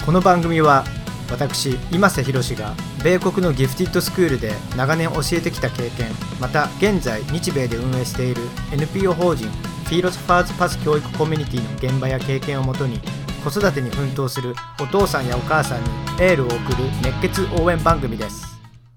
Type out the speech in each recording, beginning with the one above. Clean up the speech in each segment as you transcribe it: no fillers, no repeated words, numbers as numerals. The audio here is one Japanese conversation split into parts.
この番組は私今瀬博が米国のギフティッドスクールで長年教えてきた経験、また現在日米で運営している NPO 法人フィーロスファーズパス教育コミュニティの現場や経験をもとに、子育てに奮闘するお父さんやお母さんにエールを送る熱血応援番組です。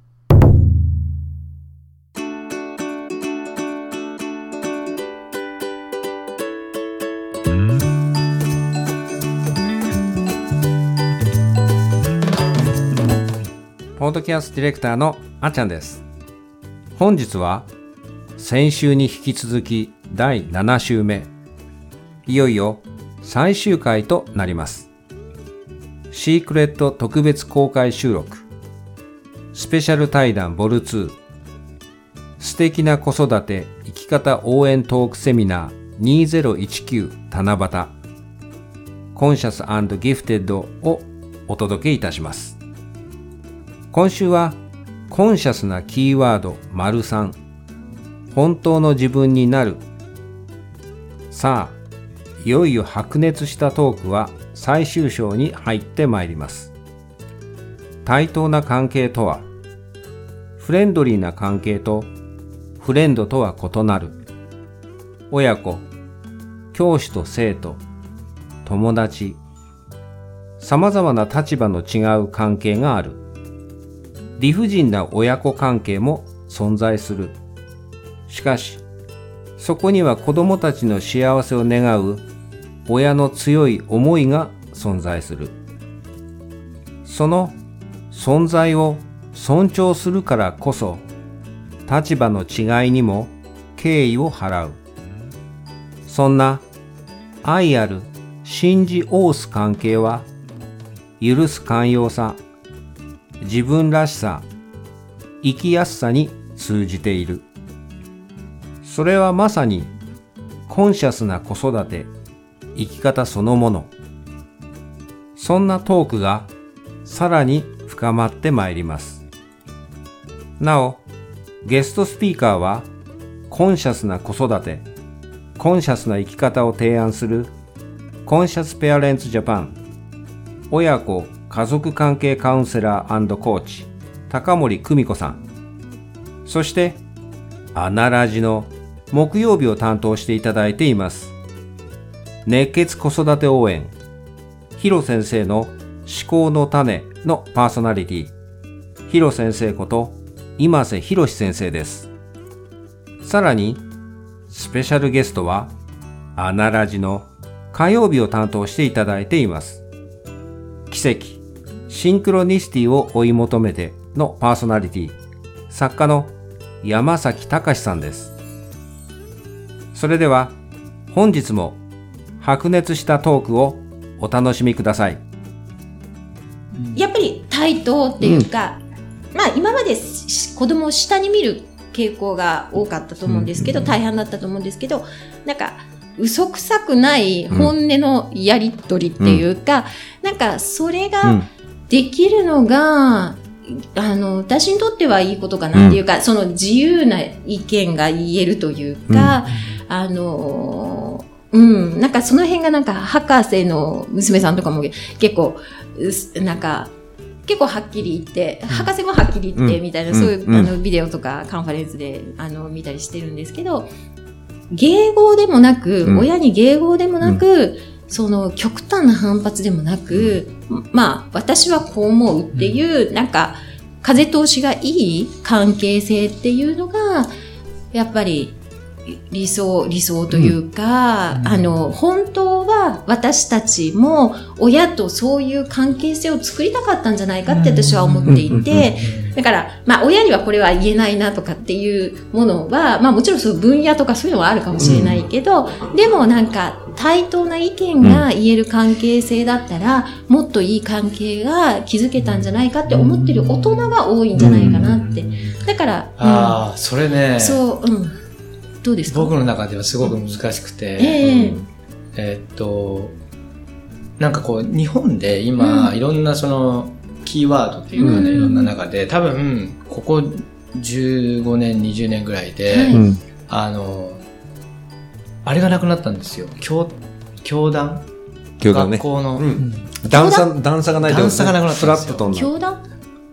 ポッドキャストディレクターのあっちゃんです。本日は先週に引き続き第7週目、いよいよ最終回となります。シークレット特別公開収録スペシャル対談ボル2、素敵な子育て生き方応援トークセミナー2019七夕コンシャス&ギフテッドをお届けいたします。今週はコンシャスなキーワード ③ 本当の自分になる。さあ、いよいよ白熱したトークは最終章に入ってまいります。対等な関係とは、フレンドリーな関係とフレンドとは異なる。親子、教師と生徒、友達、様々な立場の違う関係がある。理不尽な親子関係も存在する。しかし、そこには子供たちの幸せを願う親の強い思いが存在する。その存在を尊重するからこそ、立場の違いにも敬意を払う。そんな愛ある信じ応す関係は、許す寛容さ、自分らしさ、生きやすさに通じている。それはまさにコンシャスな子育て、生き方そのもの。そんなトークがさらに深まってまいります。なお、ゲストスピーカーはコンシャスな子育て、コンシャスな生き方を提案するコンシャスペアレンツジャパン親子家族関係カウンセラー&コーチ高森久美子さん、そしてアナラジの木曜日を担当していただいています熱血子育て応援ヒロ先生の思考の種のパーソナリティヒロ先生こと今瀬博先生です。さらにスペシャルゲストはアナラジの火曜日を担当していただいています奇跡シンクロニシティを追い求めてのパーソナリティ作家の山崎隆さんです。それでは本日も白熱したトークをお楽しみください。 やっぱり対等っていうか、まあ今まで子供を下に見る傾向が多かったと思うんですけど、大半だったと思うんですけど、なんか嘘くさくない本音のやり取りっていうか、なんかそれができるのが、私にとってはいいことかなっていうか、その自由な意見が言えるというか、なんかその辺がなんか博士の娘さんとかも結構なんか結構はっきり言って、博士もはっきり言ってみたいな、そういうビデオとかカンファレンスで見たりしてるんですけど、迎合でもなく、親に迎合でもなく、その極端な反発でもなく、まあ私はこう思うっていう、なんか風通しがいい関係性っていうのがやっぱり理想というか、本当は私たちも親とそういう関係性を作りたかったんじゃないかって私は思っていて、だから、まあ親にはこれは言えないなとかっていうものは、まあもちろんそういう分野とかそういうのはあるかもしれないけど、でもなんか対等な意見が言える関係性だったら、もっといい関係が築けたんじゃないかって思ってる大人が多いんじゃないかなって。だから、 それね、 そう、どうですか？ 僕の中ではすごく難しくて、なんかこう日本で今、いろんなそのキーワードっていうかね、いろんな中で多分ここ15年20年ぐらいで、あれがなくなったんですよ。教団教団ね。 学校の、 段差がない段差がなくなったんですよ。 フラットとんだ。 教団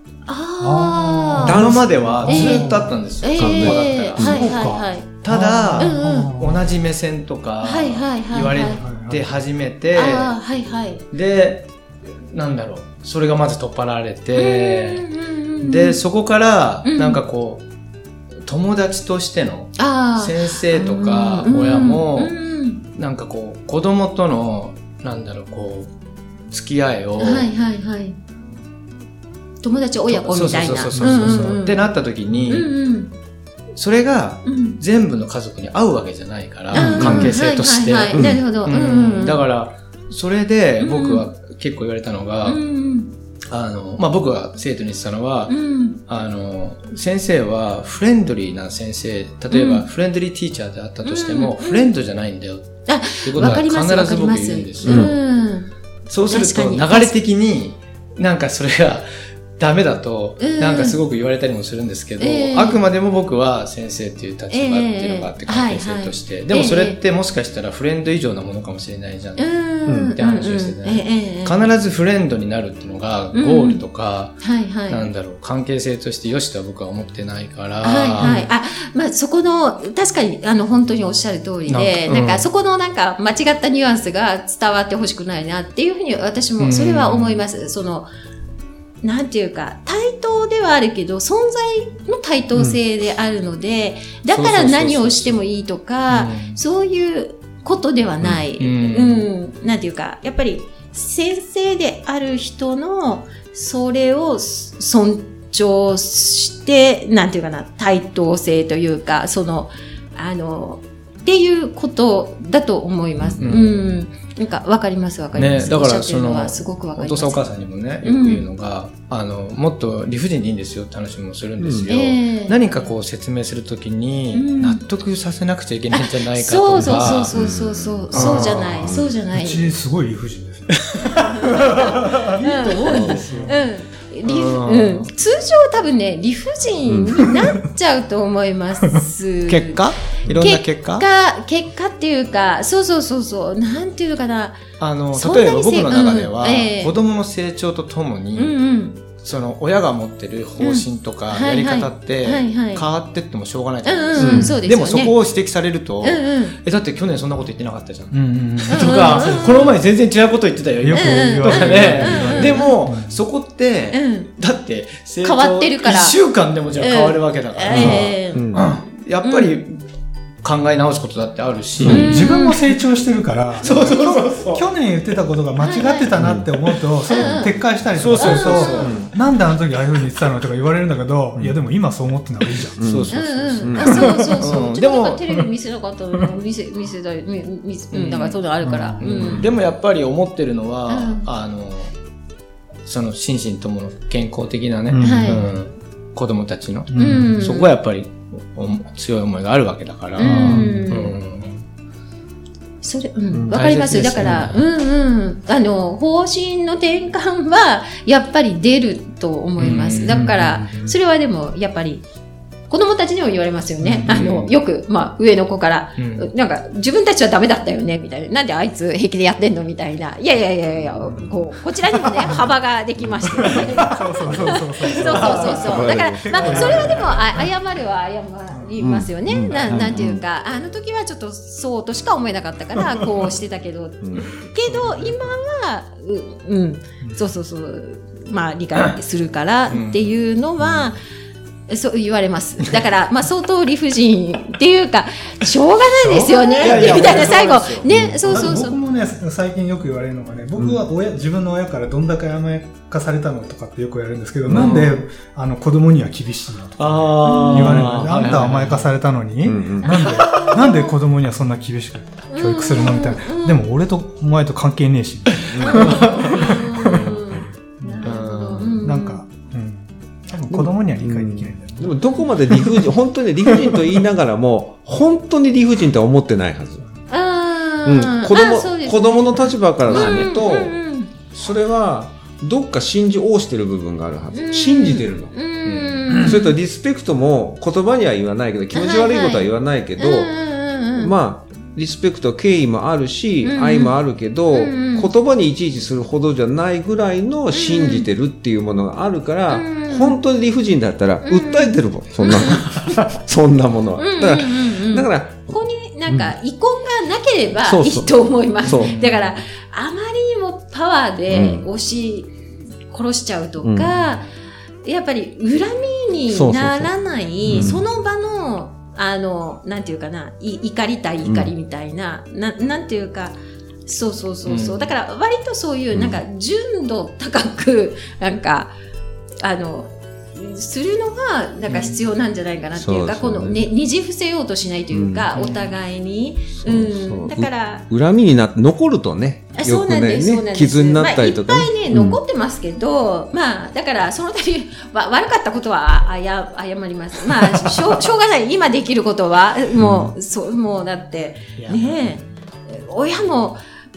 今まではずっとあったんですよ、学校だったら。 はいはいはい。 ただ、同じ目線とか言われて初めて、 はいはい。 で、なんだろう、それがまず取っ払われて、で、そこから、なんかこう、友達としての先生とか親も、なんかこう、子供との、なんだろう、こう、付き合いを、 はいはいはい。友達親子みたいな。 そうってなった時に、それが全部の家族に合うわけじゃないから、関係性として。 なるほど。 だから、それで僕は結構言われたのが、僕が生徒に言ってたのは、先生はフレンドリーな先生、例えばフレンドリーティーチャーであったとしても、フレンドじゃないんだよっていうことは必ず僕言うんですよ。そうすると流れ的になんかそれがダメだと、なんかすごく言われたりもするんですけど、あくまでも僕は先生っていう立場っていうのがあって、関係性として。でもそれってもしかしたらフレンド以上なものかもしれないじゃんって話をしててね。必ずフレンドになるっていうのがゴールとか、なんだろう、関係性として良しとは僕は思ってないから。 そこの、確かに、本当におっしゃる通りで、なんかそこのなんか間違ったニュアンスが伝わってほしくないなっていうふうに私もそれは思います。なんていうか、対等ではあるけど、存在の対等性であるので、だから何をしてもいいとか、そういうことではない。なんていうか、やっぱり先生である人の、それを尊重して、なんていうかな、対等性というか、っていうことだと思います。なんかわかりますわかります。 だからお父さんお母さんにもね、よく言うのが、もっと理不尽でいいんですよって話もするんですよ。何かこう説明するときに納得させなくちゃいけないんじゃないかとか。 そうじゃない、そうじゃない。 うちすごい理不尽ですよ。いいと思うんですよ。 通常多分ね、理不尽になっちゃうと思います。 結果いろんな結果っていうか、そう、なんていうのかな。 例えば僕の中では、子供の成長とともに、その親が持ってる方針とかやり方って変わってってもしょうがないじゃないですか。でもそこを指摘されると、だって去年そんなこと言ってなかったじゃん。とか、この前全然違うこと言ってたよ。よく言われて。でも、そこって、だって成長変わってるから。 1週間でもじゃあ変わるわけだから、やっぱり、考え直すことだってあるし、 自分も成長してるから去年言ってたことが間違ってたなって思うと、それを撤回したりとかすると、なんであの時ああいう風に言ってたのとか言われるんだけど、いやでも今そう思ってないいいじゃん。 そうでもテレビ見せなかったの見せたりだからそういうのあるから。 でもやっぱり思ってるのは、その心身ともの健康的なね、子供たちの、そこはやっぱり強い思いがあるわけだから。 それ、わかります。だから、方針の転換は、やっぱり出ると思います。だから、それはでも、やっぱり、子供たちにも言われますよね。よく、上の子から、なんか、自分たちはダメだったよね、みたいな。なんであいつ平気でやってんのみたいな。いや、こちらにもね、幅ができまして、ね。そう。だから、それはでも、謝るは謝りますよね。なんていうか、あの時はちょっとそうとしか思えなかったから、こうしてたけど、今は、理解するからっていうのは、そう言われます。だから、相当理不尽っていうか、しょうがないですよね。みたいな最後。ね、そう。 僕もね、最近よく言われるのがね、僕は自分の親からどんだけ甘やかされたのとかってよく言われるんですけど、なんで、子供には厳しいのとか言われるので、あんたは甘やかされたのに、なんで子供にはそんな厳しく教育するのみたいな。でも俺とお前と関係ねえし。なんか、子供には理解できないんだよ。 でもどこまで理不尽、本当に理不尽と言いながらも、本当に理不尽とは思ってないはず。子供の立場からすると、それはどっか信じ応してる部分があるはず。信じてるの。それとリスペクトも言葉には言わないけど、気持ち悪いことは言わないけど、 リスペクト、敬意もあるし、愛もあるけど、言葉にいちいちするほどじゃないぐらいの信じてるっていうものがあるから、本当に理不尽だったら訴えてるもん、そんなそんなものは。だからここになんか遺恨がなければいいと思います。だからあまりにもパワーで押し殺しちゃうとか、やっぱり恨みにならないその場のなんていうかな、怒りたい怒りみたいな、なんていうか、そう。だから割とそういうなんか純度高くなんかするのがなんか必要なんじゃないかなっていうか、このねじ伏せようとしないというか、お互いに、だから恨みになって残るとね、よくね傷になったりとか、 いっぱいね残ってますけど、だからその度悪かったことは謝ります。しょうがない。今できることはもうだってね、親も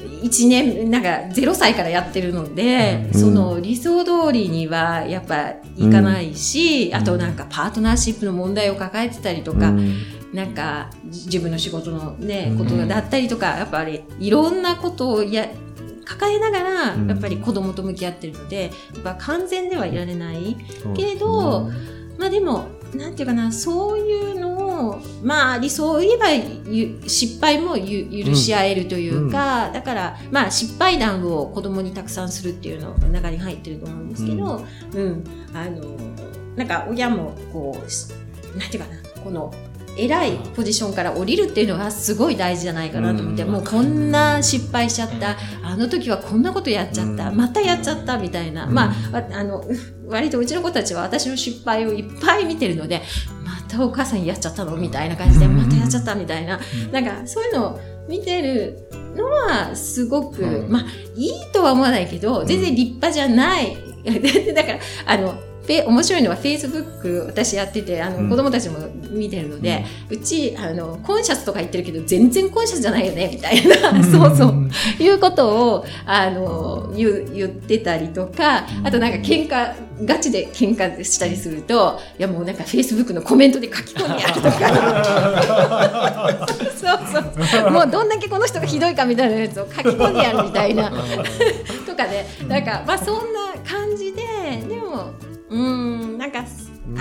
1年なんか0歳からやってるので、その理想通りにはやっぱいかないし、あとなんかパートナーシップの問題を抱えてたりとか、なんか自分の仕事のねことだったりとか、やっぱりいろんなことを抱えながらやっぱり子供と向き合ってるので、やっぱ完全ではいられないけれど、でもなんていうかな、そういうのを理想を言えば失敗も許し合えるというか、だから失敗談を子供にたくさんするっていうのが中に入ってると思うんですけど、なんか親もこうなんていうかな、この偉いポジションから降りるっていうのがすごい大事じゃないかなと思って、もうこんな失敗しちゃった、あの時はこんなことやっちゃった、またやっちゃったみたいな、割とうちの子たちは私の失敗をいっぱい見てるので、またお母さんやっちゃったのみたいな感じで、またやっちゃったみたいな、なんかそういうのを見てるのはすごく、いいとは思わないけど全然立派じゃないだから面白いのは Facebook 私やってて、子供たちも見てるので、うちコンシャスとか言ってるけど全然コンシャスじゃないよねみたいなそういうことを言ってたりとか、あとなんかガチで喧嘩したりすると、いやもうなんか Facebook のコメントで書き込んでやるとかそうもうどんだけこの人がひどいかみたいなやつを書き込んでやるみたいなとかで、なんかそんな感じで、でもなんか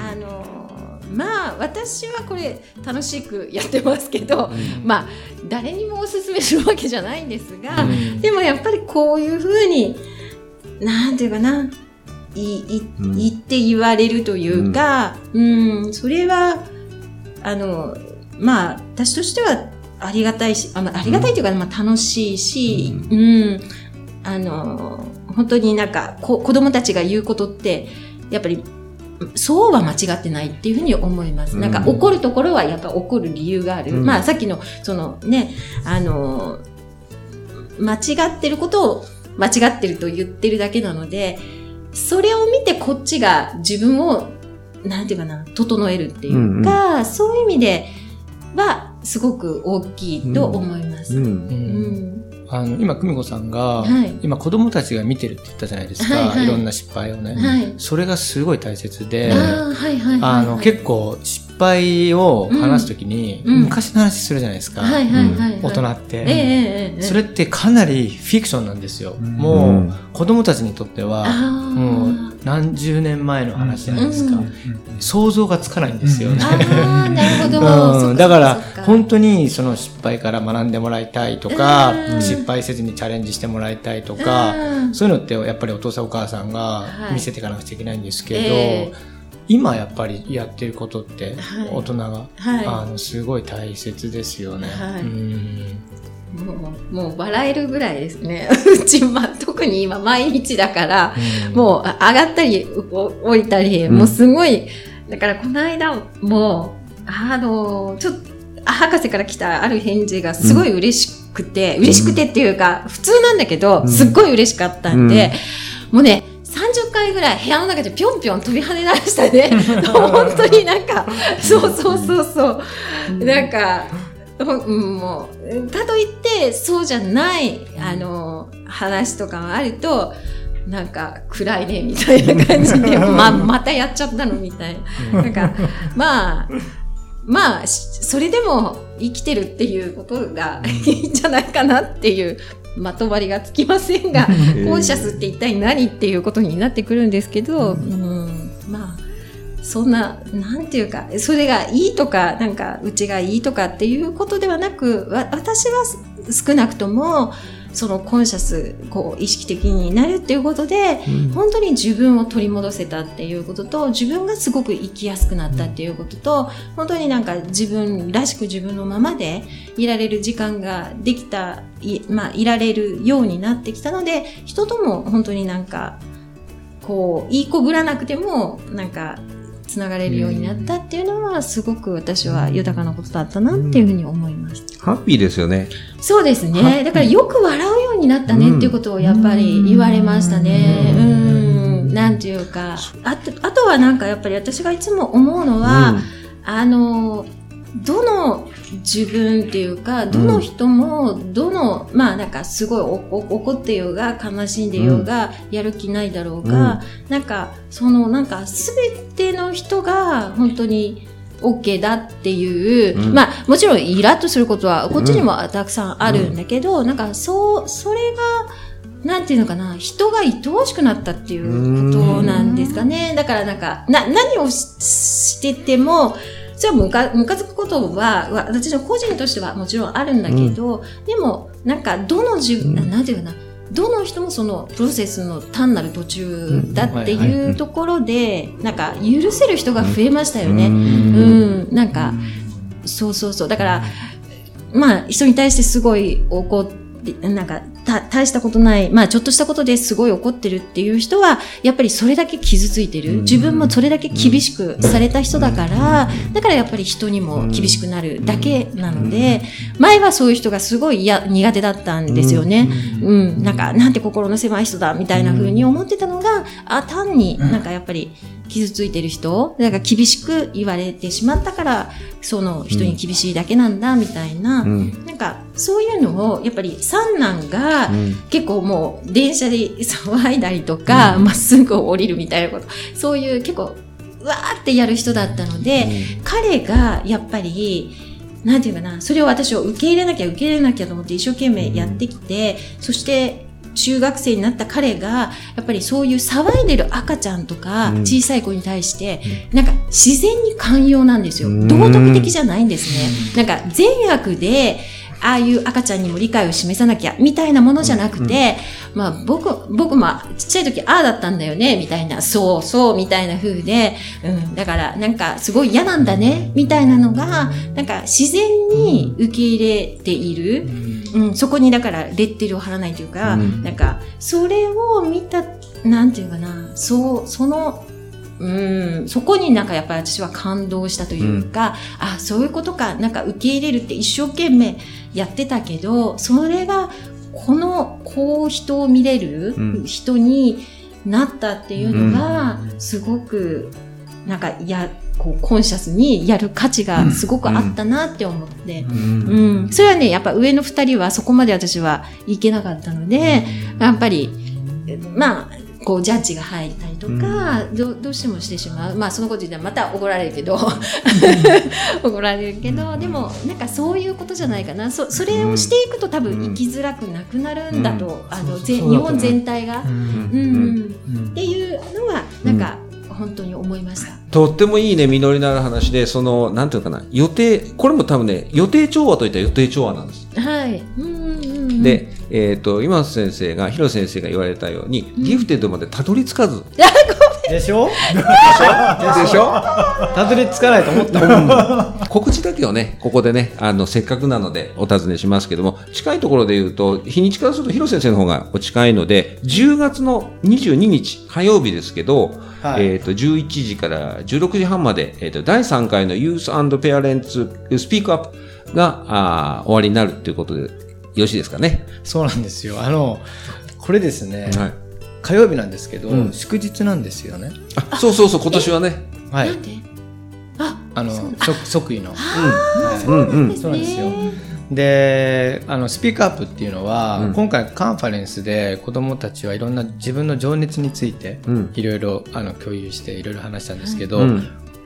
私はこれ楽しくやってますけど、誰にもおすすめするわけじゃないんですが、でもやっぱりこういうふうになんていうかな、言って言われるというか、それは私としてはありがたいし、ありがたいというか、楽しいし、本当になんか子供たちが言うことってやっぱりそうは間違ってないっていうふうに思います。なんか怒るところはやっぱ怒る理由がある。さっきのそのね、間違ってることを間違ってると言ってるだけなので、それを見てこっちが自分をなんていうかな、整えるっていうか、そういう意味ではすごく大きいと思います。 今久美子さんが、今子供たちが見てるって言ったじゃないですか、いろんな失敗をね、それがすごい大切で、結構失敗を話すときに、昔の話するじゃないですか、大人って、それってかなりフィクションなんですよ。もう子供たちにとってはもう何十年前の話じゃないですか、想像がつかないんですよね。 なるほど。 だから本当にその失敗から学んでもらいたいとか、失敗せずにチャレンジしてもらいたいとか、そういうのってやっぱりお父さんお母さんが見せていかなくちゃいけないんですけど、今やっぱりやってることって大人が、すごい大切ですよね。 もう笑えるぐらいですね。うち、特に今毎日だから、もう上がったり降りたり、もうすごい、だからこの間もちょっと博士から来たある返事がすごい嬉しくてっていうか、普通なんだけど、すっごい嬉しかったんで、もうね、30回ぐらい部屋の中でぴょんぴょん飛び跳ね出したね。本当になんか、そう。なんか、もう、かといって、そうじゃない、話とかがあると、なんか、暗いね、みたいな感じで、またやっちゃったの、みたいな。なんか、 まあ、それでも生きてるっていうことがいいんじゃないかなっていう、まとまりがつきませんが、コンシャスって一体何っていうことになってくるんですけど、まあ、そんな、なんていうか、それがいいとか、なんか、うちがいいとかっていうことではなく、私は少なくとも、そのコンシャス、こう意識的になるっていうことで、本当に自分を取り戻せたっていうことと、自分がすごく生きやすくなったっていうことと、本当になんか自分らしく自分のままでいられる時間ができた、いられるようになってきたので、人とも本当になんか、こう、いい子ぶらなくても、なんか、つながれるようになったっていうのはすごく私は豊かなことだったなっていうふうに思います。 ハッピーですよね。 そうですね。だからよく笑うようになったねっていうことをやっぱり言われましたね。なんていうか、あとはなんかやっぱり私がいつも思うのは、どの自分っていうか、どの人も、まあなんかすごい怒ってようが、悲しんでようが、やる気ないだろうが、なんか、なんかすべての人が本当に OK だっていう、まあもちろんイラッとすることはこっちにもたくさんあるんだけど、なんかそれが、なんていうのかな、人が愛おしくなったっていうことなんですかね。だからなんか、何をしてても、それはムカつくことは、私の個人としてはもちろんあるんだけど、でも、なんか、なんていうかな、どの人もそのプロセスの単なる途中だっていうところで、なんか、許せる人が増えましたよね。なんか、そう。だから、まあ、人に対してすごい怒って、なんか、大したことない、まあちょっとしたことですごい怒ってるっていう人は、やっぱりそれだけ傷ついてる。自分もそれだけ厳しくされた人だから、だからやっぱり人にも厳しくなるだけなので、前はそういう人がすごい苦手だったんですよね。なんか、なんて心の狭い人だみたいな風に思ってたのが、単になんかやっぱり傷ついてる人、だから厳しく言われてしまったから、その人に厳しいだけなんだみたいな、なんかそういうのをやっぱり三男が結構もう電車で騒いだりとか、まっすぐ降りるみたいなこと、そういう結構わーってやる人だったので、彼がやっぱりなんていうかな、それを私を受け入れなきゃと思って一生懸命やってきて、そして中学生になった彼がやっぱりそういう騒いでる赤ちゃんとか小さい子に対してなんか自然に寛容なんですよ。道徳的じゃないんですね。なんか善悪でああいう赤ちゃんにも理解を示さなきゃみたいなものじゃなくて、まあ僕もちっちゃい時ああだったんだよねみたいな、そうみたいな風で、だからなんかすごい嫌なんだねみたいなのがなんか自然に受け入れている、そこにだからレッテルを貼らないというか、なんかそれを見た、なんていうかな、そこになんかやっぱり私は感動したというか、そういうことか、なんか受け入れるって一生懸命やってたけど、それがこう人を見れる人になったっていうのが、すごくなんかこうコンシャスにやる価値がすごくあったなって思って、それはね、やっぱ上の2人はそこまで私はいけなかったので、やっぱりまあこうジャッジが入ったりとか、どうしてもしてしまう。まあそのこと言ったらまた怒られるけどでもなんかそういうことじゃないかな。それをしていくと多分生きづらくなくなるんだと、日本全体が、っていうのはなんか本当に思いました。 とってもいいね、実りのある話で、なんていうかな、これも多分ね、予定調和といったら予定調和なんです。 はい。 で、今先生が、広先生が言われたように、ギフテッドまでたどり着かず。 でしょたどり着かないと思った。 告知だけをね、ここでね、せっかくなのでお尋ねしますけども、近いところで言うと、日にちからすると広先生の方がお近いので、10月の22日火曜日ですけど、11時から16時半まで、第3回の Youth and Parents Speak Up が終わりになるということで、よろしいですかね。 そうなんですよ。これですね、火曜日なんですけど、祝日なんですよね。 そう、今年はね。 はい。 即位の。そうなんですよ。で、スピークアップっていうのは、今回カンファレンスで子どもたちはいろんな自分の情熱についていろいろ共有していろいろ話したんですけど、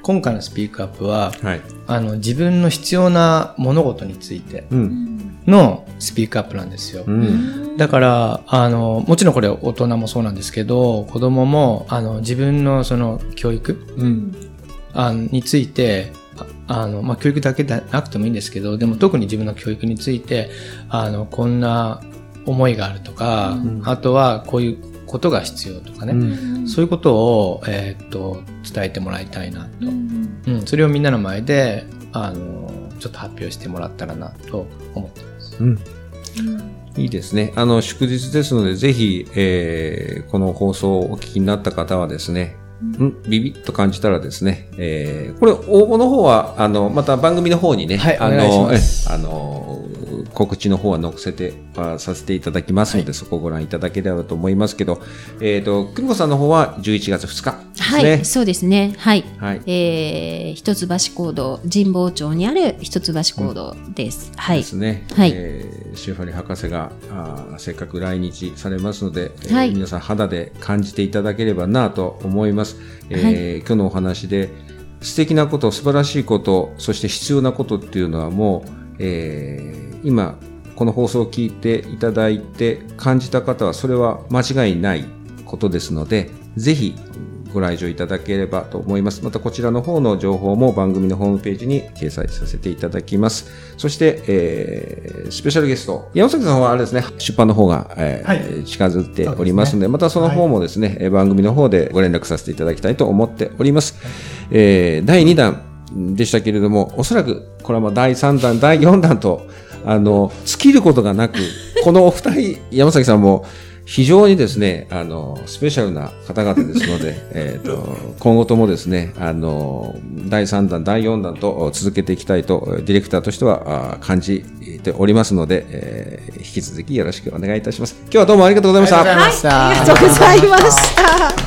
今回のスピークアップは、 はい。 自分の必要な物事についてのスピークアップなんですよ。だから、もちろんこれ大人もそうなんですけど、子供も、自分のその教育、について、教育だけでなくてもいいんですけど、でも特に自分の教育について、こんな思いがあるとか、あとはこういうことが必要とかね、そういうことを、伝えてもらいたいなと。それをみんなの前で、ちょっと発表してもらったらなと思ってます。 いいですね。祝日ですので、ぜひ、この放送をお聞きになった方はですね、ビビッと感じたらですね、これ応募の方はまた番組の方にね、 はい、お願いします。 告知の方は載せてさせていただきますので、はい、そこをご覧いただければと思いますけど、久美子さんの方は11月2日ですね。 はい、そうですね。はい。 はい、 一橋講堂、神保町にある一橋講堂です。はい。 ですね。 はい。 シューファリ博士がせっかく来日されますので、 はい、 皆さん肌で感じていただければなと思います。今日のお話で素敵なこと、素晴らしいこと、そして必要なことっていうのはもう、今この放送を聞いていただいて感じた方はそれは間違いないことですので、ぜひご来場いただければと思います。またこちらの方の情報も番組のホームページに掲載させていただきます。そして、スペシャルゲスト、山崎さんはあれですね、出版の方が、近づいておりますので、またその方もですね、番組の方でご連絡させていただきたいと思っております。第2弾でしたけれども、おそらくこれは第3弾、第4弾と、尽きることがなく、このお二人、山崎さんも非常にですね、スペシャルな方々ですので、今後ともですね、第3弾、第4弾と続けていきたいと、ディレクターとしては感じておりますので、引き続きよろしくお願いいたします。今日はどうもありがとうございました。 ありがとうございました。